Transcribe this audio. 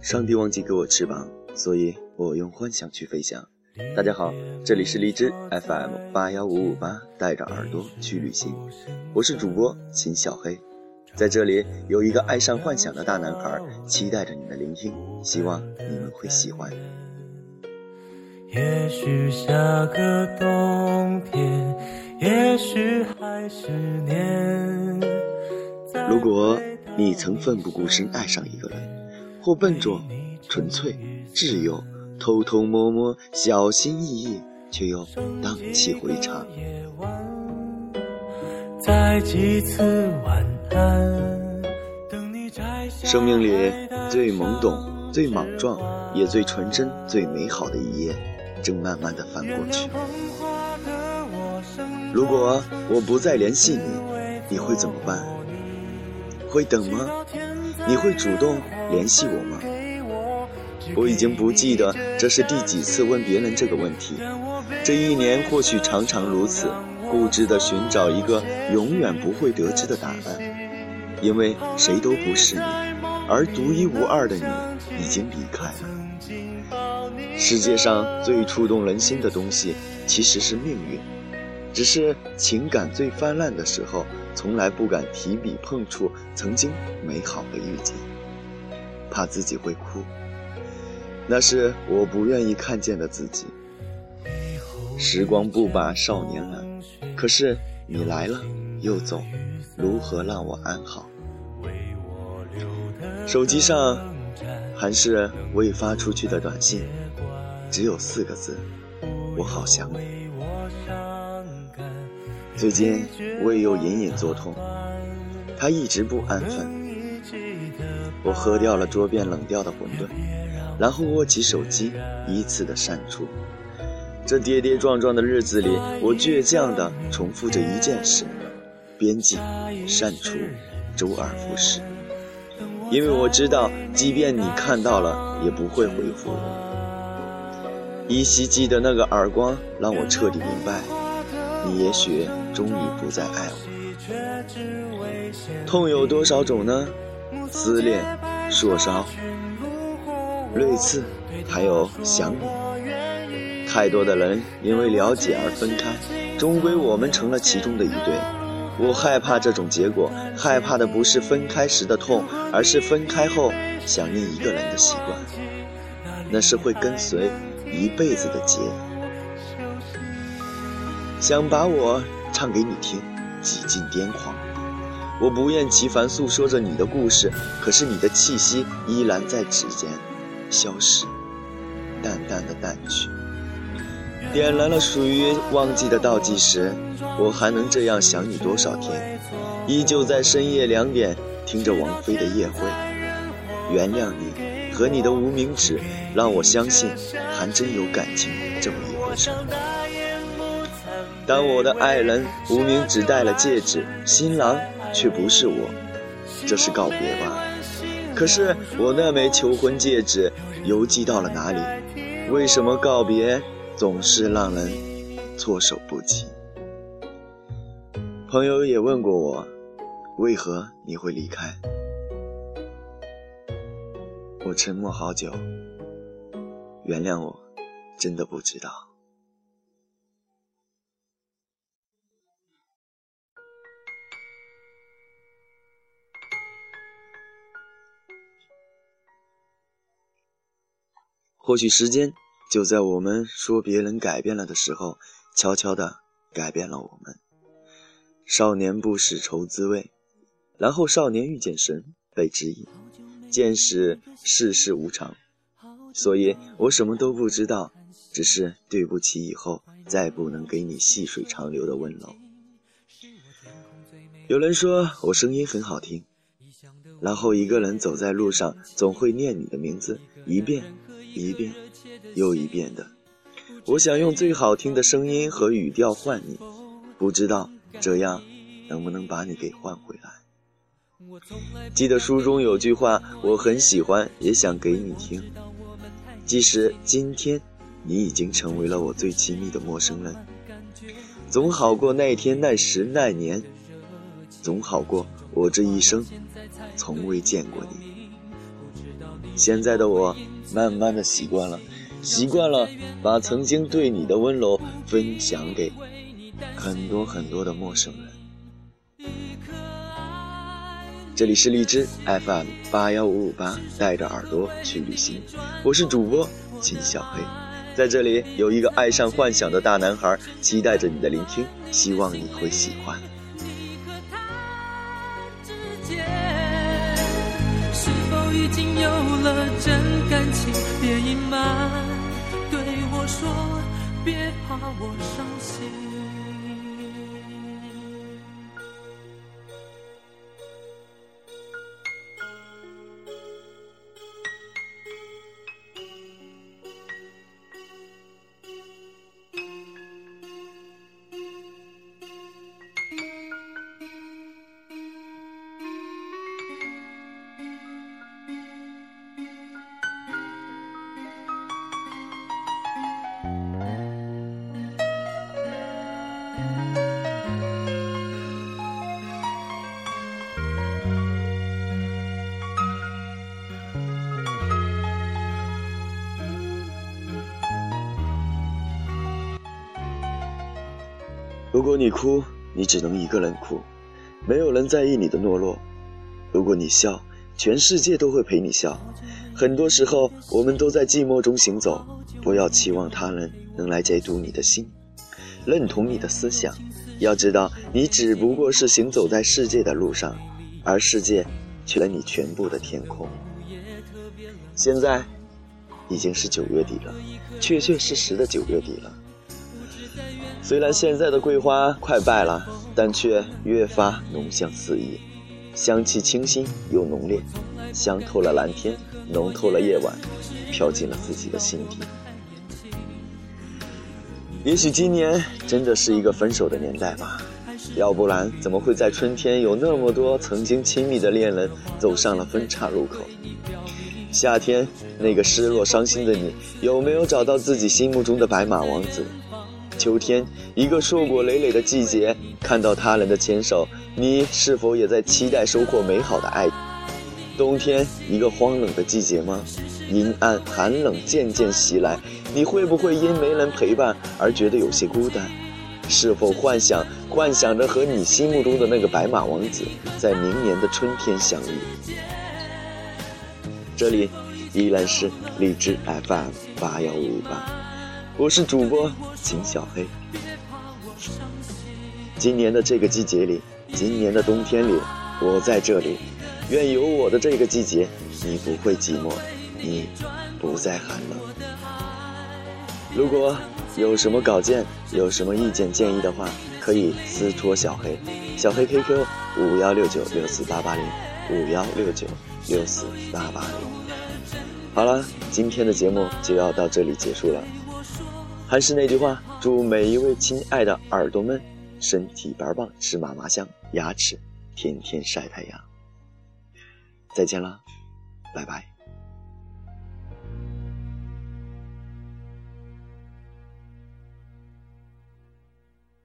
上帝忘记给我翅膀，所以我用幻想去飞翔。大家好，这里是荔枝 FM81558，带着耳朵去旅行，我是主播秦小黑。在这里有一个爱上幻想的大男孩，期待着你的聆听，希望你们会喜欢。 也许下个冬天，也许还是年。 如果你曾奋不顾身爱上一个人，或笨拙、纯粹、挚友，偷偷摸摸、小心翼翼，却又荡气回肠。 再几次晚安， 生命里最懵懂、最莽撞，也最纯真、最美好的一页，正慢慢地翻过去。如果我不再联系你，你会怎么办？会等吗？你会主动联系我吗？我已经不记得这是第几次问别人这个问题。这一年或许常常如此，固执地寻找一个永远不会得知的答案，因为谁都不是你，而独一无二的你已经离开了。世界上最触动人心的东西其实是命运，只是情感最泛滥的时候，从来不敢提笔碰触曾经美好的遇见，怕自己会哭，那是我不愿意看见的自己。时光不把少年揽，可是你来了又走，如何让我安好？手机上还是未发出去的短信，只有4个字：我好想你。最近胃又隐隐作痛，它一直不安分。我喝掉了桌边冷掉的馄饨，然后握起手机依次的删除。这跌跌撞撞的日子里，我倔强地重复着一件事：编辑、删除，周而复始。因为我知道，即便你看到了，也不会回复我。依稀记得那个耳光，让我彻底明白，你也许终于不再爱我。痛有多少种呢？撕裂、灼烧、锐刺，还有想你。太多的人因为了解而分开，终归我们成了其中的一对。我害怕这种结果，害怕的不是分开时的痛，而是分开后想念一个人的习惯，那是会跟随一辈子的结。想把我唱给你听，几近癫狂。我不厌其烦诉说着你的故事，可是你的气息依然在指尖消失，淡淡的淡去。点燃了属于忘记的倒计时，我还能这样想你多少天？依旧在深夜2点听着王菲的夜会。原谅你和你的无名指，让我相信还真有感情这么一回事。当我的爱人无名指戴了戒指，新郎却不是我，这是告别吧？可是我那枚求婚戒指邮寄到了哪里？为什么告别总是让人措手不及？朋友也问过我，为何你会离开？我沉默好久，原谅我，真的不知道。或许时间就在我们说别人改变了的时候，悄悄地改变了我们。少年不识愁滋味，然后少年遇见神，被指引，见识世事无常。所以我什么都不知道，只是对不起以后再不能给你细水长流的温柔。有人说我声音很好听，然后一个人走在路上，总会念你的名字，一遍一遍又一遍的。我想用最好听的声音和语调换你，不知道这样能不能把你给换回来。记得书中有句话我很喜欢，也想给你听。即使今天你已经成为了我最亲密的陌生人，总好过那天那时那年，总好过我这一生从未见过你。 现在的我慢慢的习惯了把曾经对你的温柔分享给很多很多的陌生人。这里是荔枝 FM81558，带着耳朵去旅行，我是主播金小黑。在这里有一个爱上幻想的大男孩，期待着你的聆听，希望你会喜欢。 是否已经有了真感情？别隐瞒，对我说，别怕我伤心。 如果你哭，你只能一个人哭，没有人在意你的懦弱。如果你笑，全世界都会陪你笑。很多时候我们都在寂寞中行走，不要期望他人能来解读你的心，认同你的思想。要知道，你只不过是行走在世界的路上，而世界却了你全部的天空。现在已经是9月底了，确确实实的9月底了。虽然现在的桂花快败了，但却越发浓香四溢，香气清新又浓烈，香透了蓝天，浓透了夜晚，飘进了自己的心底。也许今年真的是一个分手的年代吧，要不然怎么会在春天有那么多曾经亲密的恋人走上了分岔路口？夏天那个失落伤心的你，有没有找到自己心目中的白马王子？秋天一个硕果累累的季节，看到他人的牵手，你是否也在期待收获美好的爱？冬天一个荒冷的季节吗？阴暗寒冷渐渐袭来，你会不会因没人陪伴而觉得有些孤单？是否幻想着和你心目中的那个白马王子在明年的春天相遇？这里依然是荔枝 FM81558，我是主播金小黑。今年的这个季节里，今年的冬天里，我在这里，愿有我的这个季节，你不会寂寞，你不再寒冷。如果有什么稿件，有什么意见建议的话，可以私戳小黑，小黑 QQ 5169-64805，5169-64805。好了，今天的节目就要到这里结束了。还是那句话，祝每一位亲爱的耳朵们身体板棒，吃嘛嘛香，牙齿天天晒太阳。再见了，拜拜。